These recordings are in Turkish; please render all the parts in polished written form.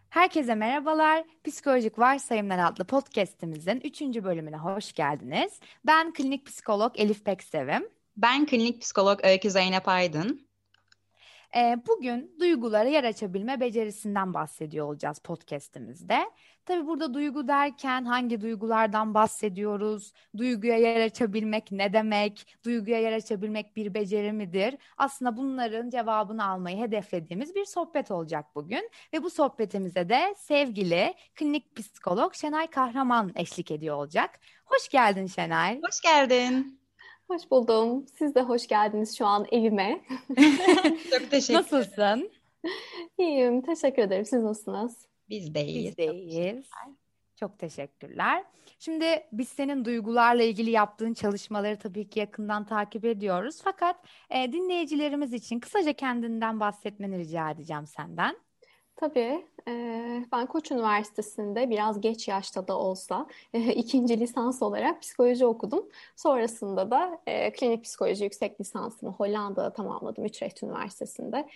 Herkese merhabalar. Psikolojik Varsayımlar adlı podcast'imizin üçüncü bölümüne hoş geldiniz. Ben klinik psikolog Elif Peksevim. Ben klinik psikolog Öykü Zeynep Aydın. Bugün duygulara yer açabilme becerisinden bahsediyor olacağız podcast'imizde. Tabii burada duygu derken hangi duygulardan bahsediyoruz? Duyguya yer açabilmek ne demek? Duyguya yer açabilmek bir beceri midir? Aslında bunların cevabını almayı hedeflediğimiz bir sohbet olacak bugün. Ve bu sohbetimize de sevgili klinik psikolog Şenay Kahraman eşlik ediyor olacak. Hoş geldin Şenay. Hoş geldin. Hoş buldum. Siz de hoş geldiniz şu an evime. Çok teşekkür ederim. Nasılsın? İyiyim, teşekkür ederim. Siz nasılsınız? Biz de iyiyiz. Biz de Çok iyiyiz. Çok teşekkürler. Şimdi biz senin duygularla ilgili yaptığın çalışmaları tabii ki yakından takip ediyoruz. Fakat dinleyicilerimiz için kısaca kendinden bahsetmeni rica edeceğim senden. Tabii, ben Koç Üniversitesi'nde biraz geç yaşta da olsa ikinci lisans olarak psikoloji okudum. Sonrasında da klinik psikoloji yüksek lisansımı Hollanda'da tamamladım, Utrecht Üniversitesi'nde.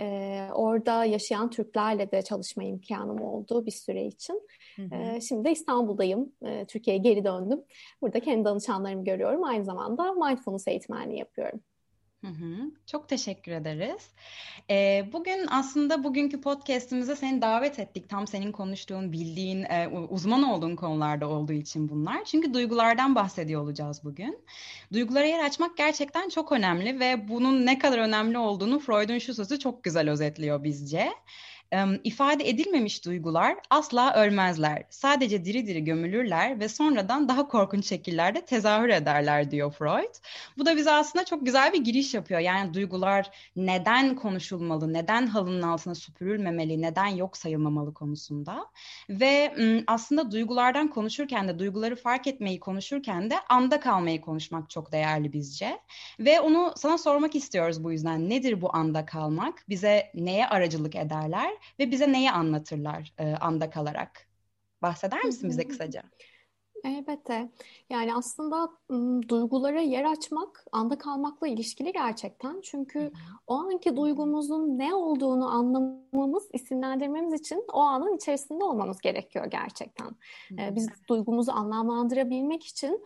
Orada yaşayan Türklerle de çalışma imkanım oldu bir süre için. Hı hı. Şimdi de İstanbul'dayım, Türkiye'ye geri döndüm. Burada kendi danışanlarımı görüyorum, aynı zamanda mindfulness eğitmenliği yapıyorum. Hı hı. Çok teşekkür ederiz. Bugün aslında bugünkü podcast'imize seni davet ettik. Tam senin konuştuğun, bildiğin, uzman olduğun konularda olduğu için bunlar. Çünkü duygulardan bahsediyor olacağız bugün. Duygulara yer açmak gerçekten çok önemli ve bunun ne kadar önemli olduğunu Freud'un şu sözü çok güzel özetliyor bizce. İfade edilmemiş duygular asla ölmezler. Sadece diri diri gömülürler ve sonradan daha korkunç şekillerde tezahür ederler diyor Freud. Bu da bize aslında çok güzel bir giriş yapıyor. Yani duygular neden konuşulmalı, neden halının altına süpürülmemeli, neden yok sayılmamalı konusunda. Ve aslında duygulardan konuşurken de, duyguları fark etmeyi konuşurken de anda kalmayı konuşmak çok değerli bizce. Ve onu sana sormak istiyoruz bu yüzden. Nedir bu anda kalmak? Bize neye aracılık ederler ve bize neyi anlatırlar anda kalarak? Bahseder Hı misin hı. bize kısaca? Elbette. Yani aslında duygulara yer açmak, anda kalmakla ilişkili gerçekten. Hı Çünkü hı. o anki duygumuzun ne olduğunu anlamamız, isimlendirmemiz için o anın içerisinde olmamız gerekiyor gerçekten. Hı hı. Biz duygumuzu anlamlandırabilmek için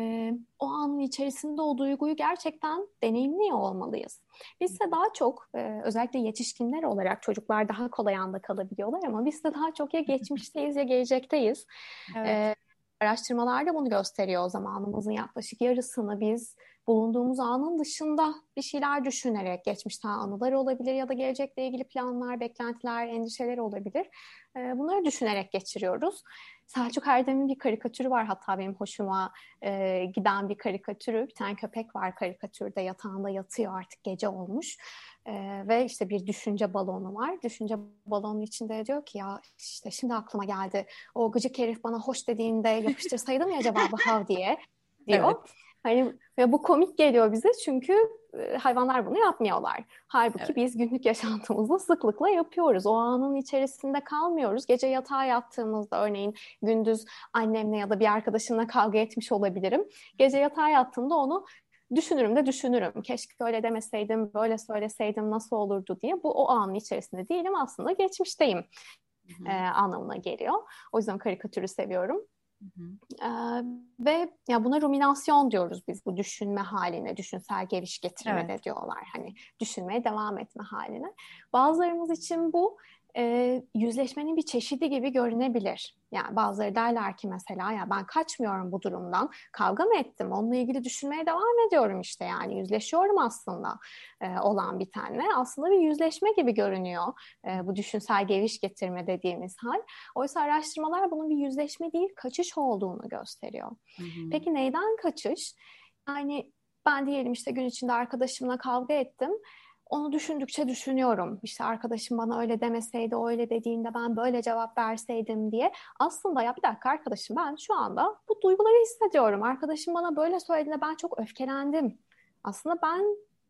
o anın içerisinde o duyguyu gerçekten deneyimliyor olmalıyız. Biz de daha çok, özellikle yetişkinler olarak çocuklar daha kolay anda kalabiliyorlar ama biz de daha çok ya geçmişteyiz ya gelecekteyiz. Evet. Araştırmalar da bunu gösteriyor. O zamanımızın yaklaşık yarısını biz bulunduğumuz anın dışında bir şeyler düşünerek, geçmişten anılar olabilir ya da gelecekle ilgili planlar, beklentiler, endişeler olabilir. Bunları düşünerek geçiriyoruz. Selçuk Erdem'in bir karikatürü var, hatta benim hoşuma giden bir karikatürü. Bir tane köpek var karikatürde, yatağında yatıyor, artık gece olmuş. Ve işte bir düşünce balonu var. Düşünce balonun içinde diyor ki ya işte şimdi aklıma geldi. O gıcık herif bana hoş dediğinde yapıştırsaydım ya cevabı hav diye diyor. Evet. Hani ve bu komik geliyor bize çünkü hayvanlar bunu yapmıyorlar. Halbuki Evet. biz günlük yaşantımızda sıklıkla yapıyoruz. O anın içerisinde kalmıyoruz. Gece yatağa yattığımızda örneğin gündüz annemle ya da bir arkadaşımla kavga etmiş olabilirim. Gece yatağa yattığımda onu düşünürüm de düşünürüm. Keşke öyle demeseydim, böyle söyleseydim nasıl olurdu diye. Bu o anın içerisinde değilim, aslında geçmişteyim Hı hı. anlamına geliyor. O yüzden karikatürü seviyorum. Hı hı. Ve ya buna ruminasyon diyoruz biz, bu düşünme haline, düşünsel geviş getirme Evet. de diyorlar. Hani düşünmeye devam etme haline. Bazılarımız için bu yüzleşmenin bir çeşidi gibi görünebilir. Yani bazıları derler ki mesela ya ben kaçmıyorum bu durumdan. Kavga mı ettim? Onunla ilgili düşünmeye devam ediyorum işte, yani yüzleşiyorum aslında olan bitenle. Aslında bir yüzleşme gibi görünüyor bu düşünsel geviş getirme dediğimiz hal. Oysa araştırmalar bunun bir yüzleşme değil, kaçış olduğunu gösteriyor. Hı hı. Peki neyden kaçış? Yani ben diyelim işte gün içinde arkadaşımla kavga ettim. Onu düşündükçe düşünüyorum. İşte arkadaşım bana öyle demeseydi, o öyle dediğinde ben böyle cevap verseydim diye. Aslında ya bir dakika arkadaşım, ben şu anda bu duyguları hissediyorum. Arkadaşım bana böyle söylediğinde ben çok öfkelendim. Aslında ben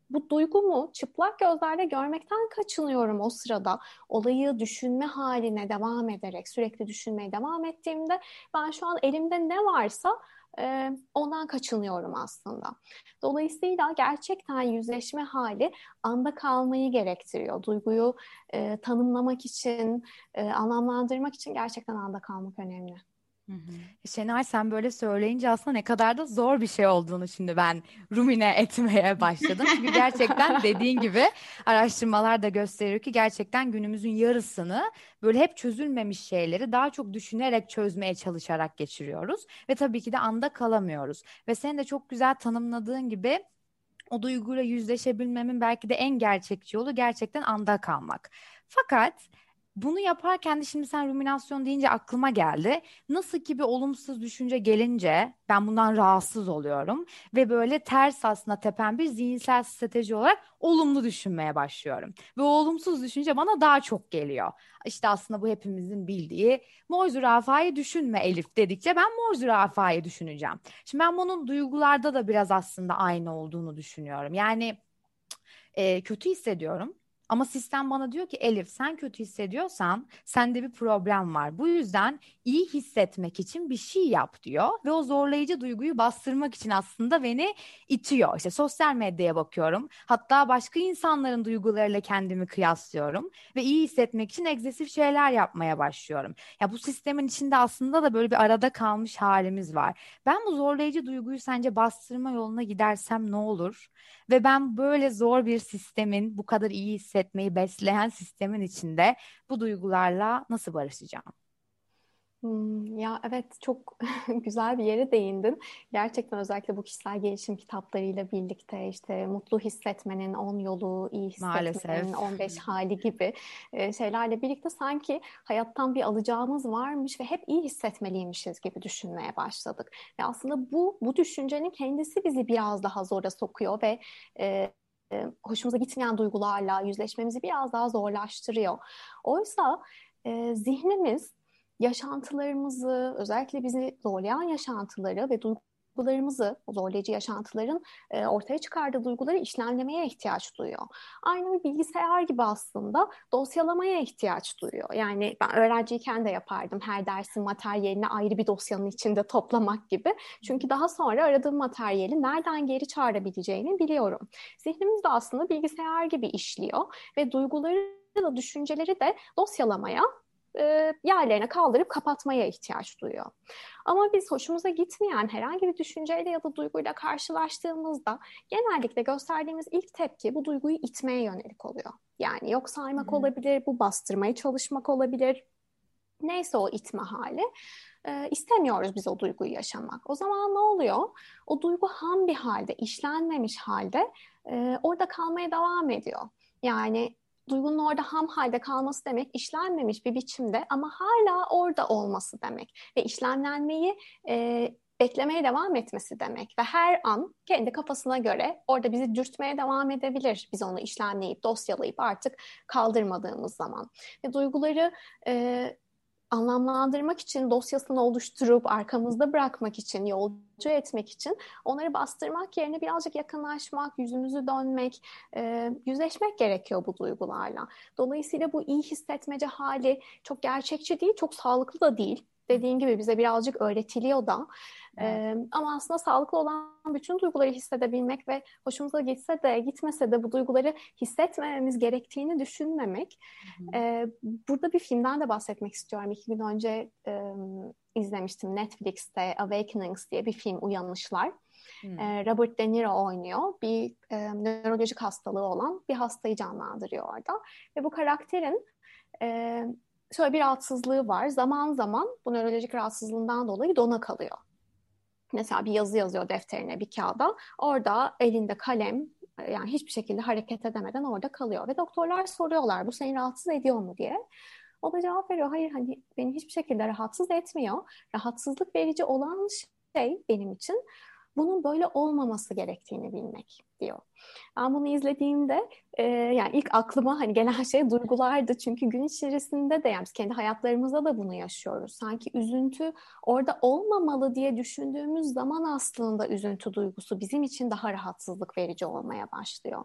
bu duygumu çıplak gözlerle görmekten kaçınıyorum o sırada. Olayı düşünme haline devam ederek, sürekli düşünmeye devam ettiğimde ben şu an elimde ne varsa ondan kaçınıyorum aslında. Dolayısıyla gerçekten yüzleşme hali anda kalmayı gerektiriyor. Duyguyu tanımlamak için, anlamlandırmak için gerçekten anda kalmak önemli. Hı hı. Şenay, sen böyle söyleyince aslında ne kadar da zor bir şey olduğunu şimdi ben rumine etmeye başladım. Çünkü gerçekten dediğin gibi araştırmalar da gösteriyor ki gerçekten günümüzün yarısını böyle hep çözülmemiş şeyleri daha çok düşünerek çözmeye çalışarak geçiriyoruz. Ve tabii ki de anda kalamıyoruz. Ve senin de çok güzel tanımladığın gibi o duyguyla yüzleşebilmemin belki de en gerçekçi yolu gerçekten anda kalmak. Fakat bunu yaparken de şimdi sen ruminasyon deyince aklıma geldi. Nasıl ki bir olumsuz düşünce gelince ben bundan rahatsız oluyorum ve böyle ters aslında tepen bir zihinsel strateji olarak olumlu düşünmeye başlıyorum. Ve o olumsuz düşünce bana daha çok geliyor. İşte aslında bu hepimizin bildiği mor zürafayı düşünme Elif dedikçe ben mor zürafayı düşüneceğim. Şimdi ben bunun duygularda da biraz aslında aynı olduğunu düşünüyorum. Yani kötü hissediyorum. Ama sistem bana diyor ki Elif, sen kötü hissediyorsan sende bir problem var. Bu yüzden iyi hissetmek için bir şey yap diyor. Ve o zorlayıcı duyguyu bastırmak için aslında beni itiyor. İşte sosyal medyaya bakıyorum. Hatta başka insanların duygularıyla kendimi kıyaslıyorum. Ve iyi hissetmek için egzesif şeyler yapmaya başlıyorum. Ya bu sistemin içinde aslında da böyle bir arada kalmış halimiz var. Ben bu zorlayıcı duyguyu sence bastırma yoluna gidersem ne olur? Ve ben böyle zor bir sistemin, bu kadar iyi hissetmeyi besleyen sistemin içinde bu duygularla nasıl barışacağım? Ya evet, çok güzel bir yere değindin. Gerçekten özellikle bu kişisel gelişim kitaplarıyla birlikte işte mutlu hissetmenin 10 yolu, iyi hissetmenin Maalesef. 15 hali gibi şeylerle birlikte sanki hayattan bir alacağımız varmış ve hep iyi hissetmeliymişiz gibi düşünmeye başladık. Ve aslında bu düşüncenin kendisi bizi biraz daha zora sokuyor ve e, hoşumuza gitmeyen duygularla yüzleşmemizi biraz daha zorlaştırıyor. Oysa zihnimiz yaşantılarımızı, özellikle bizi zorlayan yaşantıları ve duygularımızı, o zorlayıcı yaşantıların ortaya çıkardığı duyguları işlemlemeye ihtiyaç duyuyor. Aynı bir bilgisayar gibi aslında dosyalamaya ihtiyaç duyuyor. Yani ben öğrenciyken de yapardım, her dersin materyalini ayrı bir dosyanın içinde toplamak gibi. Çünkü daha sonra aradığım materyali nereden geri çağırabileceğini biliyorum. Zihnimiz de aslında bilgisayar gibi işliyor ve duyguları da düşünceleri de dosyalamaya, yerlerine kaldırıp kapatmaya ihtiyaç duyuyor. Ama biz hoşumuza gitmeyen herhangi bir düşünceyle ya da duyguyla karşılaştığımızda genellikle gösterdiğimiz ilk tepki bu duyguyu itmeye yönelik oluyor. Yani yok Hı saymak hı. olabilir, bu bastırmaya çalışmak olabilir. Neyse o itme hali. İstemiyoruz biz o duyguyu yaşamak. O zaman ne oluyor? O duygu ham bir halde, işlenmemiş halde orada kalmaya devam ediyor. Yani duygunun orada ham halde kalması demek işlenmemiş bir biçimde ama hala orada olması demek. Ve işlemlenmeyi beklemeye devam etmesi demek. Ve her an kendi kafasına göre orada bizi dürtmeye devam edebilir. Biz onu işlemleyip, dosyalayıp artık kaldırmadığımız zaman. Ve duyguları anlamlandırmak için, dosyasını oluşturup arkamızda bırakmak için, yolcu etmek için onları bastırmak yerine birazcık yakınlaşmak, yüzümüzü dönmek, yüzleşmek gerekiyor bu duygularla. Dolayısıyla bu iyi hissetmece hali çok gerçekçi değil, çok sağlıklı da değil. Dediğin gibi bize birazcık öğretiliyor da. Evet. Ama aslında sağlıklı olan bütün duyguları hissedebilmek ve hoşumuza gitse de gitmese de bu duyguları hissetmememiz gerektiğini düşünmemek. Hı hı. Burada bir filmden de bahsetmek istiyorum. 2 gün önce izlemiştim Netflix'te, Awakenings diye bir film, Uyanışlar. Hmm. Robert De Niro oynuyor. Bir nörolojik hastalığı olan bir hastayı canlandırıyor orada. Ve bu karakterin e, şöyle bir rahatsızlığı var. Zaman zaman bu nörolojik rahatsızlığından dolayı dona kalıyor. Mesela bir yazı yazıyor defterine, bir kağıda. Orada elinde kalem, yani hiçbir şekilde hareket edemeden orada kalıyor. Ve doktorlar soruyorlar, bu seni rahatsız ediyor mu diye. O da cevap veriyor, hayır, hani beni hiçbir şekilde rahatsız etmiyor. Rahatsızlık verici olan şey benim için bunun böyle olmaması gerektiğini bilmek diyor. Ben bunu izlediğimde yani ilk aklıma hani gelen şey duygulardı. Çünkü gün içerisinde de yani biz kendi hayatlarımızda da bunu yaşıyoruz. Sanki üzüntü orada olmamalı diye düşündüğümüz zaman aslında üzüntü duygusu bizim için daha rahatsızlık verici olmaya başlıyor.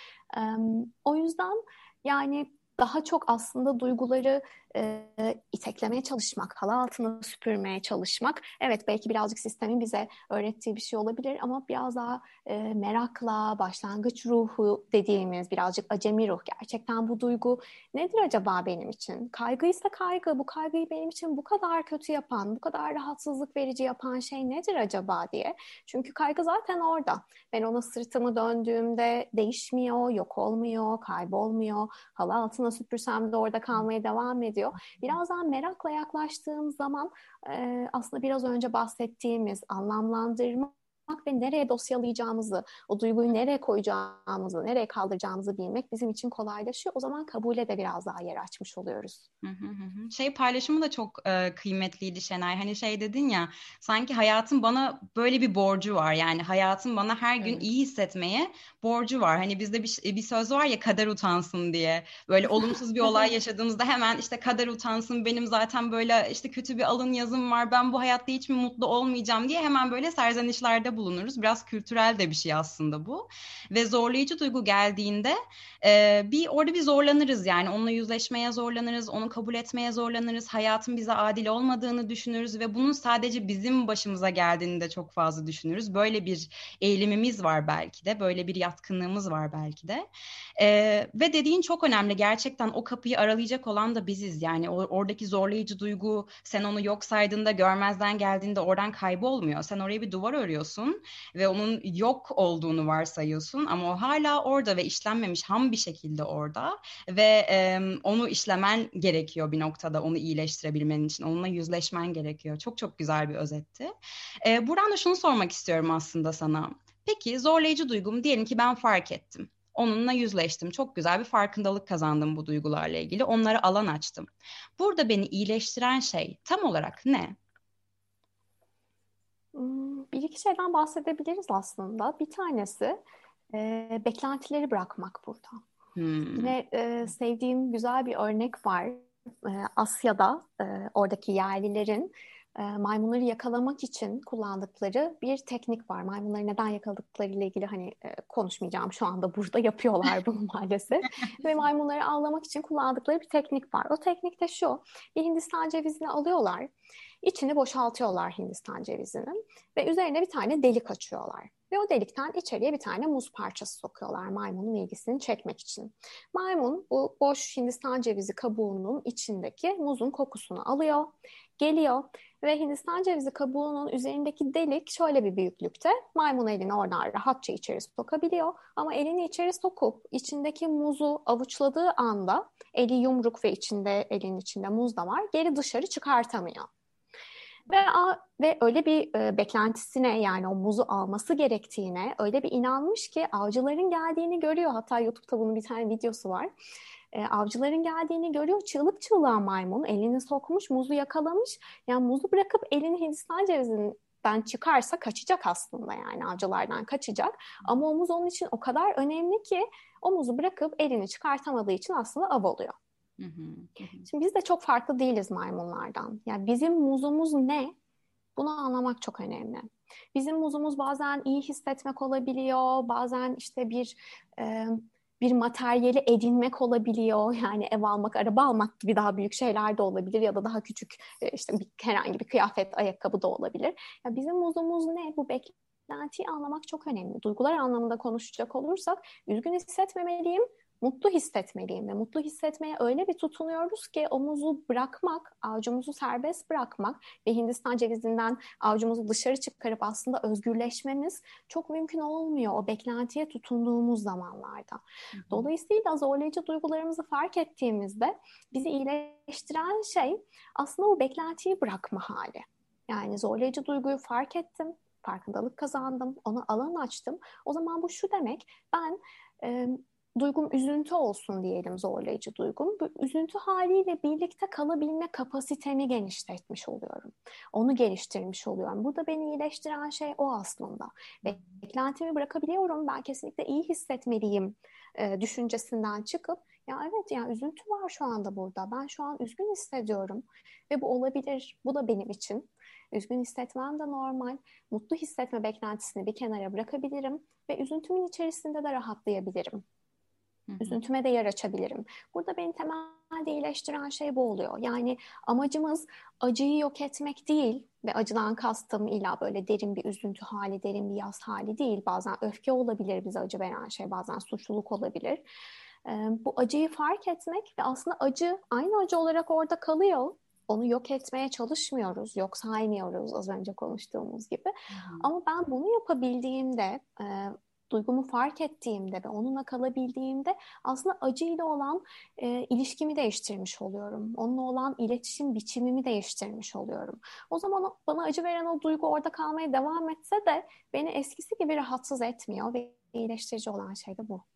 O yüzden yani daha çok aslında duyguları iteklemeye çalışmak, halı altına süpürmeye çalışmak. Evet, belki birazcık sistemin bize öğrettiği bir şey olabilir ama biraz daha merakla, başlangıç ruhu dediğimiz birazcık acemi ruh. Gerçekten bu duygu nedir acaba benim için? Kaygıysa kaygı, bu kaygıyı benim için bu kadar kötü yapan, bu kadar rahatsızlık verici yapan şey nedir acaba diye. Çünkü kaygı zaten orada. Ben ona sırtımı döndüğümde değişmiyor, yok olmuyor, kaybolmuyor. Halı altına süpürsem de orada kalmaya devam ediyor. Biraz daha merakla yaklaştığım zaman aslında biraz önce bahsettiğimiz anlamlandırmak ve nereye dosyalayacağımızı, o duyguyu nereye koyacağımızı, nereye kaldıracağımızı bilmek bizim için kolaylaşıyor. O zaman kabule de biraz daha yer açmış oluyoruz. Şey paylaşımı da çok kıymetliydi Şenay. Hani şey dedin ya, sanki hayatın bana böyle bir borcu var. Yani hayatın bana her gün iyi hissetmeye borcu var. Hani bizde bir söz var ya, kader utansın diye. Böyle olumsuz bir olay yaşadığımızda hemen işte kader utansın, benim zaten böyle işte kötü bir alın yazım var, ben bu hayatta hiç mi mutlu olmayacağım diye hemen böyle serzenişlerde bulunuruz. Biraz kültürel de bir şey aslında bu. Ve zorlayıcı duygu geldiğinde orada bir zorlanırız, yani onunla yüzleşmeye zorlanırız, onu kabul etmeye zorlanırız, hayatın bize adil olmadığını düşünürüz ve bunun sadece bizim başımıza geldiğini de çok fazla düşünürüz. Böyle bir eğilimimiz var belki de, böyle bir yatkınlığımız var belki de. Ve dediğin çok önemli, gerçekten o kapıyı aralayacak olan da biziz. Yani oradaki zorlayıcı duygu, sen onu yok saydığında, görmezden geldiğinde oradan kaybolmuyor. Sen oraya bir duvar örüyorsun ve onun yok olduğunu varsayıyorsun ama o hala orada ve işlenmemiş, ham bir şekilde orada ve onu işlemen gerekiyor bir noktada, onu iyileştirebilmen için onunla yüzleşmen gerekiyor. Çok çok güzel bir özetti. Buradan da şunu sormak istiyorum aslında sana. Peki zorlayıcı duygum, diyelim ki ben fark ettim. Onunla yüzleştim. Çok güzel bir farkındalık kazandım bu duygularla ilgili. Onlara alan açtım. Burada beni iyileştiren şey tam olarak ne? Bir iki şeyden bahsedebiliriz aslında. Bir tanesi beklentileri bırakmak burada. Yine sevdiğim güzel bir örnek var. Asya'da oradaki yerlilerin maymunları yakalamak için kullandıkları bir teknik var. Maymunları neden yakaladıkları ile ilgili hani konuşmayacağım şu anda, burada yapıyorlar bunu maalesef. Ve maymunları avlamak için kullandıkları bir teknik var. O teknik de şu: bir Hindistan cevizini alıyorlar, içini boşaltıyorlar Hindistan cevizinin ve üzerine bir tane delik açıyorlar. Ve o delikten içeriye bir tane muz parçası sokuyorlar maymunun ilgisini çekmek için. Maymun bu boş Hindistan cevizi kabuğunun içindeki muzun kokusunu alıyor, geliyor ve Hindistan cevizi kabuğunun üzerindeki delik şöyle bir büyüklükte. Maymun elini oradan rahatça içeri sokabiliyor ama elini içeri sokup içindeki muzu avuçladığı anda eli yumruk ve elin içinde muz da var, geri dışarı çıkartamıyor. Ve öyle bir beklentisine, yani o muzu alması gerektiğine öyle bir inanmış ki avcıların geldiğini görüyor. Hatta YouTube'da bunun bir tane videosu var. Avcıların geldiğini görüyor. Çığlık çığlığa maymun elini sokmuş, muzu yakalamış. Yani muzu bırakıp elini Hindistan cevizinden çıkarsa kaçacak aslında, yani avcılardan kaçacak. Ama o muz onun için o kadar önemli ki o muzu bırakıp elini çıkartamadığı için aslında av oluyor. Şimdi biz de çok farklı değiliz maymunlardan. Yani bizim muzumuz ne? Bunu anlamak çok önemli. Bizim muzumuz bazen iyi hissetmek olabiliyor, bazen işte bir materyali edinmek olabiliyor. Yani ev almak, araba almak gibi daha büyük şeyler de olabilir ya da daha küçük işte herhangi bir kıyafet, ayakkabı da olabilir. Yani bizim muzumuz ne? Bu beklentiyi anlamak çok önemli. Duygular anlamında konuşacak olursak, üzgün hissetmemeliyim, mutlu hissetmeliyim ve mutlu hissetmeye öyle bir tutunuyoruz ki o muzu bırakmak, avucumuzu serbest bırakmak ve Hindistan cevizinden avucumuzu dışarı çıkarıp aslında özgürleşmemiz çok mümkün olmuyor o beklentiye tutunduğumuz zamanlarda. Dolayısıyla zorlayıcı duygularımızı fark ettiğimizde bizi iyileştiren şey aslında o beklentiyi bırakma hali. Yani zorlayıcı duyguyu fark ettim, farkındalık kazandım, ona alan açtım. O zaman bu şu demek: ben duygum üzüntü olsun diyelim, zorlayıcı duygum. Bu üzüntü haliyle birlikte kalabilme kapasitemi genişletmiş oluyorum. Onu geliştirmiş oluyorum. Burada beni iyileştiren şey o aslında. Beklentimi bırakabiliyorum. Ben kesinlikle iyi hissetmeliyim düşüncesinden çıkıp ya evet ya üzüntü var şu anda burada. Ben şu an üzgün hissediyorum ve bu olabilir. Bu da benim için. Üzgün hissetmem de normal. Mutlu hissetme beklentisini bir kenara bırakabilirim ve üzüntümün içerisinde de rahatlayabilirim. Üzüntüme de yer açabilirim. Burada beni temelde iyileştiren şey bu oluyor. Yani amacımız acıyı yok etmek değil ve acıdan kastım illa böyle derin bir üzüntü hali, derin bir yas hali değil. Bazen öfke olabilir bize acı veren şey, bazen suçluluk olabilir. Bu acıyı fark etmek ve aslında acı aynı acı olarak orada kalıyor. Onu yok etmeye çalışmıyoruz, yok saymıyoruz az önce konuştuğumuz gibi. Ama ben bunu yapabildiğimde, duygumu fark ettiğimde ve onunla kalabildiğimde aslında acıyla olan ilişkimi değiştirmiş oluyorum. Onunla olan iletişim biçimimi değiştirmiş oluyorum. O zaman bana acı veren o duygu orada kalmaya devam etse de beni eskisi gibi rahatsız etmiyor ve iyileştirici olan şey de bu.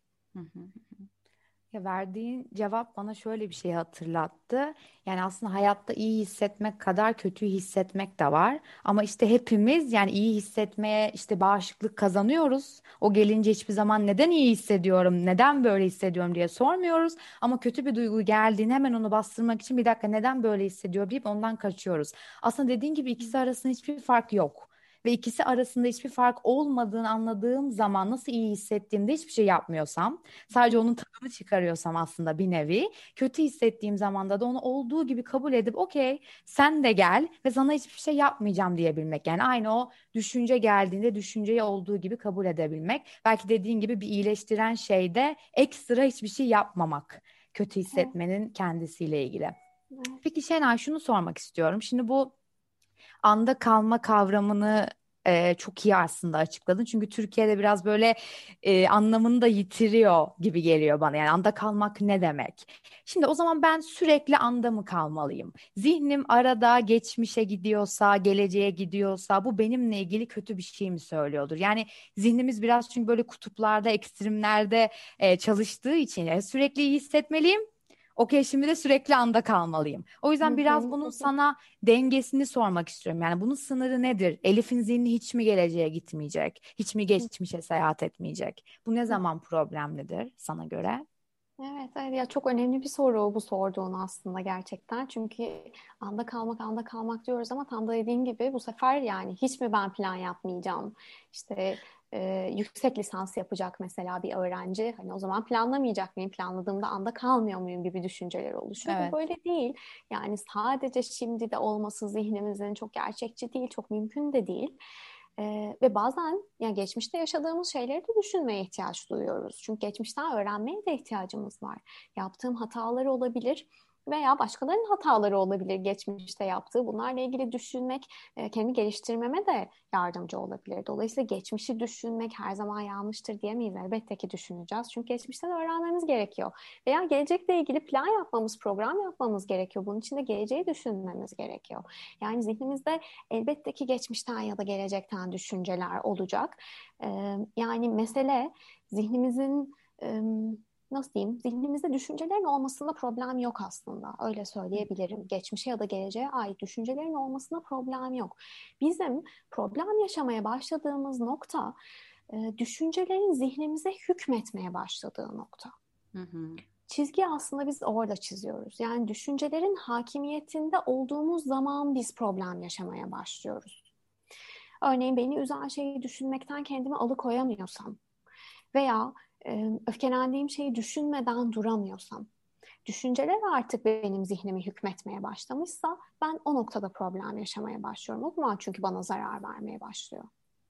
Ya verdiğin cevap bana şöyle bir şey hatırlattı. Yani aslında hayatta iyi hissetmek kadar kötü hissetmek de var. Ama işte hepimiz yani iyi hissetmeye işte bağışıklık kazanıyoruz. O gelince hiçbir zaman neden iyi hissediyorum, neden böyle hissediyorum diye sormuyoruz. Ama kötü bir duygu geldiğinde hemen onu bastırmak için bir dakika neden böyle hissediyor deyip ondan kaçıyoruz. Aslında dediğin gibi ikisi arasında hiçbir fark yok. Ve ikisi arasında hiçbir fark olmadığını anladığım zaman nasıl iyi hissettiğimde hiçbir şey yapmıyorsam, sadece onun tadını çıkarıyorsam aslında bir nevi, kötü hissettiğim zamanda da onu olduğu gibi kabul edip okey sen de gel ve sana hiçbir şey yapmayacağım diyebilmek. Yani aynı o düşünce geldiğinde düşünceyi olduğu gibi kabul edebilmek. Belki dediğin gibi bir iyileştiren şey de ekstra hiçbir şey yapmamak. Kötü hissetmenin kendisiyle ilgili. Peki Şenay şunu sormak istiyorum. Şimdi bu anda kalma kavramını çok iyi aslında açıkladın. Çünkü Türkiye'de biraz böyle anlamını da yitiriyor gibi geliyor bana. Yani anda kalmak ne demek? Şimdi o zaman ben sürekli anda mı kalmalıyım? Zihnim arada geçmişe gidiyorsa, geleceğe gidiyorsa bu benimle ilgili kötü bir şey mi söylüyordur? Yani zihnimiz biraz çünkü böyle kutuplarda, ekstremlerde çalıştığı için sürekli iyi hissetmeliyim. Okey şimdi de sürekli anda kalmalıyım. O yüzden biraz bunun sana dengesini sormak istiyorum. Yani bunun sınırı nedir? Elif'in zihni hiç mi geleceğe gitmeyecek? Hiç mi geçmişe seyahat etmeyecek? Bu ne zaman problemlidir sana göre? Evet, evet ya çok önemli bir soru bu sorduğun aslında gerçekten. Çünkü anda kalmak diyoruz ama tam da dediğin gibi bu sefer yani hiç mi ben plan yapmayacağım? İşte yüksek lisans yapacak mesela bir öğrenci. Hani o zaman planlamayacak mıyım? Planladığımda anda kalmıyor muyum gibi düşünceler oluşuyor. Bu Evet. böyle değil. Yani sadece şimdi de olması zihnimizin çok gerçekçi değil, çok mümkün de değil. Ve bazen yani geçmişte yaşadığımız şeyleri de düşünmeye ihtiyaç duyuyoruz. Çünkü geçmişten öğrenmeye de ihtiyacımız var. Yaptığım hatalar olabilir veya başkalarının hataları olabilir geçmişte yaptığı. Bunlarla ilgili düşünmek kendimi geliştirmeme de yardımcı olabilir. Dolayısıyla geçmişi düşünmek her zaman yanlıştır diyemeyiz. Elbette ki düşüneceğiz. Çünkü geçmişten öğrenmemiz gerekiyor. Veya gelecekle ilgili plan yapmamız, program yapmamız gerekiyor. Bunun için de geleceği düşünmemiz gerekiyor. Yani zihnimizde elbette ki geçmişten ya da gelecekten düşünceler olacak. Yani mesele zihnimizin nasıl diyeyim? Zihnimizde düşüncelerin olmasında problem yok aslında. Öyle söyleyebilirim. Geçmişe ya da geleceğe ait düşüncelerin olmasında problem yok. Bizim problem yaşamaya başladığımız nokta düşüncelerin zihnimize hükmetmeye başladığı nokta. Çizgi aslında biz orada çiziyoruz. Yani düşüncelerin hakimiyetinde olduğumuz zaman biz problem yaşamaya başlıyoruz. Örneğin beni üzen şeyi düşünmekten kendimi alıkoyamıyorsam veya öfkelendiğim şeyi düşünmeden duramıyorsam, düşünceler artık benim zihnimi hükmetmeye başlamışsa ben o noktada problem yaşamaya başlıyorum. O zaman çünkü bana zarar vermeye başlıyor.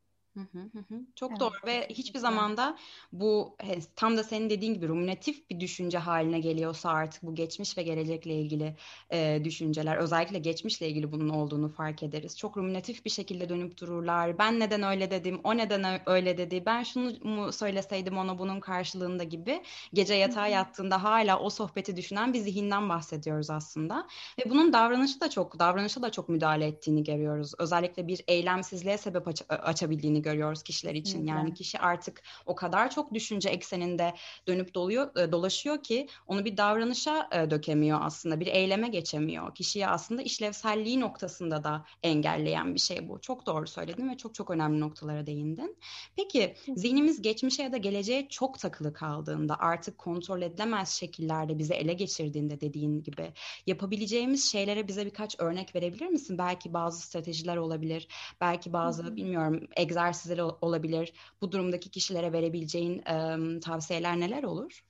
Çok Evet, doğru ve hiçbir zaman da bu tam da senin dediğin gibi ruminatif bir düşünce haline geliyorsa artık bu geçmiş ve gelecekle ilgili düşünceler, özellikle geçmişle ilgili bunun olduğunu fark ederiz. Çok ruminatif bir şekilde dönüp dururlar. Ben neden öyle dedim, o neden öyle dedi, ben şunu mu söyleseydim ona bunun karşılığında gibi gece yatağa yattığında hala o sohbeti düşünen bir zihinden bahsediyoruz aslında. Ve bunun davranışa da çok müdahale ettiğini görüyoruz. Özellikle bir eylemsizliğe sebep açabildiğini görüyoruz kişiler için. Kesinlikle. Yani kişi artık o kadar çok düşünce ekseninde dönüp dolaşıyor ki onu bir davranışa dökemiyor aslında. Bir eyleme geçemiyor. Kişiyi aslında işlevselliği noktasında da engelleyen bir şey bu. Çok doğru söyledin ve çok çok önemli noktalara değindin. Peki zihnimiz geçmişe ya da geleceğe çok takılı kaldığında, artık kontrol edilemez şekillerde bizi ele geçirdiğinde dediğin gibi yapabileceğimiz şeylere bize birkaç örnek verebilir misin? Belki bazı stratejiler olabilir, belki bazı bilmiyorum egzersizler olabilir. Bu durumdaki kişilere verebileceğin tavsiyeler neler olur?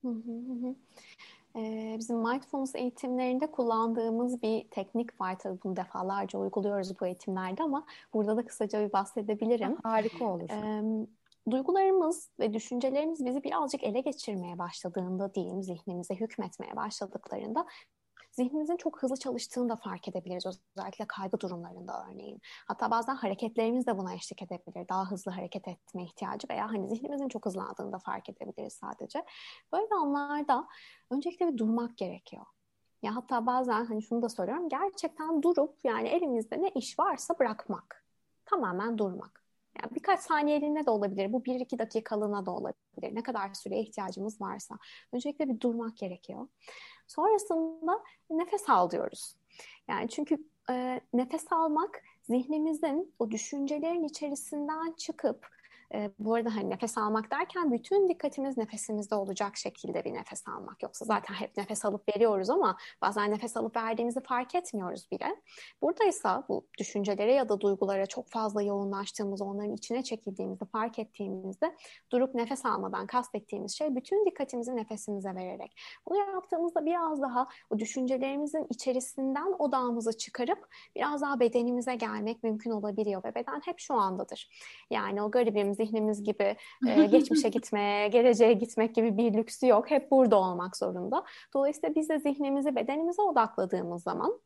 Bizim mindfulness eğitimlerinde kullandığımız bir teknik var. Tabii bunu defalarca uyguluyoruz bu eğitimlerde ama burada da kısaca bir bahsedebilirim. Harika olur. Duygularımız ve düşüncelerimiz bizi birazcık ele geçirmeye başladığında diyeyim, zihnimize hükmetmeye başladıklarında zihnimizin çok hızlı çalıştığını da fark edebiliriz. Özellikle kaygı durumlarında örneğin. Hatta bazen hareketlerimiz de buna eşlik edebilir. Daha hızlı hareket etme ihtiyacı veya hani zihnimizin çok hızlandığını da fark edebiliriz sadece. Böyle anlarda öncelikle bir durmak gerekiyor. Ya hatta bazen hani şunu da söylüyorum. Gerçekten durup yani elimizde ne iş varsa bırakmak. Tamamen durmak. Yani birkaç saniyeliğine de olabilir. Bu 1-2 dakikalığına da olabilir. Ne kadar süreye ihtiyacımız varsa. Öncelikle bir durmak gerekiyor. Sonrasında nefes al diyoruz. Yani çünkü nefes almak zihnimizin o düşüncelerin içerisinden çıkıp bu arada hani nefes almak derken bütün dikkatimiz nefesimizde olacak şekilde bir nefes almak. Yoksa zaten hep nefes alıp veriyoruz ama bazen nefes alıp verdiğimizi fark etmiyoruz bile. Buradaysa bu düşüncelere ya da duygulara çok fazla yoğunlaştığımız, onların içine çekildiğimizi fark ettiğimizde durup nefes almadan kastettiğimiz şey bütün dikkatimizi nefesimize vererek. Bunu yaptığımızda biraz daha o düşüncelerimizin içerisinden odağımızı çıkarıp biraz daha bedenimize gelmek mümkün olabiliyor ve beden hep şu andadır. Yani o garibim zihnimiz gibi geçmişe gitmeye, geleceğe gitmek gibi bir lüksü yok. Hep burada olmak zorunda. Dolayısıyla biz de zihnimizi bedenimize odakladığımız zaman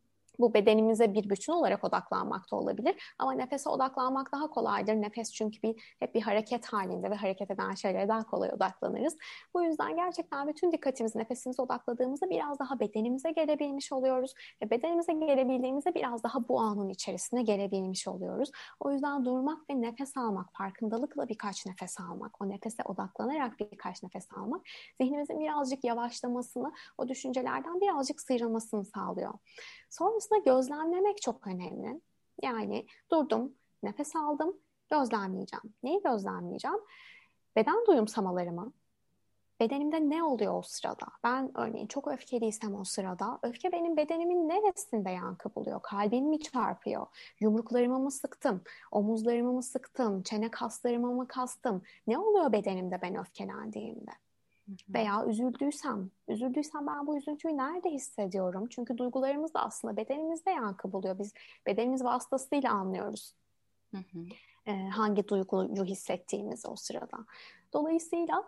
bu bedenimize bir bütün olarak odaklanmak da olabilir. Ama nefese odaklanmak daha kolaydır. Nefes çünkü hep bir hareket halinde ve hareket eden şeylere daha kolay odaklanırız. Bu yüzden gerçekten bütün dikkatimizi nefesimize odakladığımızda biraz daha bedenimize gelebilmiş oluyoruz. Ve bedenimize gelebildiğimizde biraz daha bu anın içerisine gelebilmiş oluyoruz. O yüzden durmak ve nefes almak, farkındalıkla birkaç nefes almak, o nefese odaklanarak birkaç nefes almak, zihnimizin birazcık yavaşlamasını, o düşüncelerden birazcık sıyrılmasını sağlıyor. Sonrasında gözlemlemek çok önemli. Yani durdum, nefes aldım, gözlemleyeceğim. Neyi gözlemleyeceğim? Beden duyumsamalarımı, bedenimde ne oluyor o sırada? Ben örneğin çok öfkeliysem o sırada, öfke benim bedenimin neresinde yankı buluyor? Kalbim mi çarpıyor? Yumruklarımı mı sıktım? Omuzlarımı mı sıktım? Çene kaslarımı mı kastım? Ne oluyor bedenimde ben öfkelendiğimde? Veya üzüldüysem ben bu üzüntüyü nerede hissediyorum? Çünkü duygularımız da aslında bedenimizde yankı buluyor. Biz bedenimiz vasıtasıyla anlıyoruz hangi duyguyu hissettiğimizi o sırada. Dolayısıyla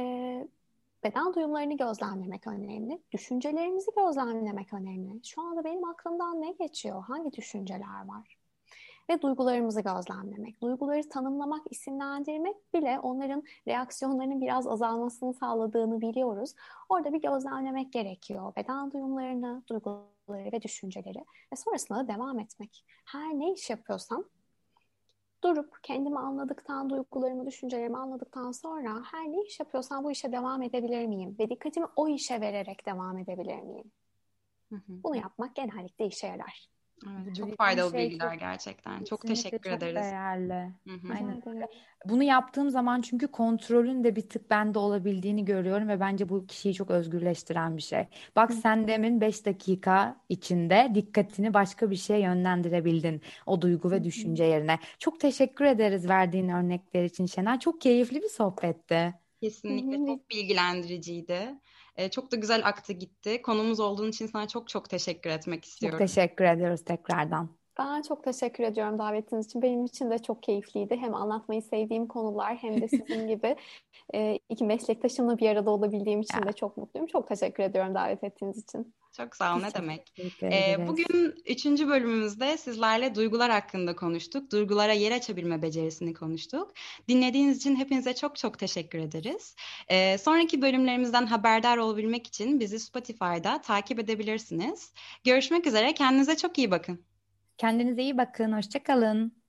beden duyumlarını gözlemlemek önemli. Düşüncelerimizi gözlemlemek önemli. Şu anda benim aklımdan ne geçiyor? Hangi düşünceler var? Ve duygularımızı gözlemlemek. Duyguları tanımlamak, isimlendirmek bile onların reaksiyonlarının biraz azalmasını sağladığını biliyoruz. Orada bir gözlemlemek gerekiyor. Beden duyumlarını, duyguları ve düşünceleri ve sonrasında da devam etmek. Her ne iş yapıyorsam durup kendimi anladıktan, duygularımı, düşüncelerimi anladıktan sonra her ne iş yapıyorsam bu işe devam edebilir miyim? Ve dikkatimi o işe vererek devam edebilir miyim? Bunu yapmak genellikle işe yarar. Evet, çok faydalı bilgiler gerçekten. Çok teşekkür çok ederiz. Değerli. Aynen. Ederim. Bunu yaptığım zaman çünkü kontrolün de bir tık bende olabildiğini görüyorum ve bence bu kişiyi çok özgürleştiren bir şey. Bak sen demin 5 dakika içinde dikkatini başka bir şeye yönlendirebildin o duygu ve düşünce yerine. Çok teşekkür ederiz verdiğin örnekler için Şener. Çok keyifli bir sohbetti. Kesinlikle çok bilgilendiriciydi. Çok da güzel aktı gitti. Konumuz olduğun için sana çok çok teşekkür etmek Çok istiyorum. teşekkür ediyoruz tekrardan. Ben çok teşekkür ediyorum davetiniz için. Benim için de çok keyifliydi. Hem anlatmayı sevdiğim konular hem de sizin gibi iki meslektaşımla bir arada olabildiğim için de çok mutluyum. Çok teşekkür ediyorum davet ettiğiniz için. Çok sağ ol, ne Çok demek. teşekkür ederiz. Bugün 3. bölümümüzde sizlerle duygular hakkında konuştuk. Duygulara yer açabilme becerisini konuştuk. Dinlediğiniz için hepinize çok çok teşekkür ederiz. Sonraki bölümlerimizden haberdar olabilmek için bizi Spotify'da takip edebilirsiniz. Görüşmek üzere. Kendinize çok iyi bakın. Kendinize iyi bakın. Hoşça kalın.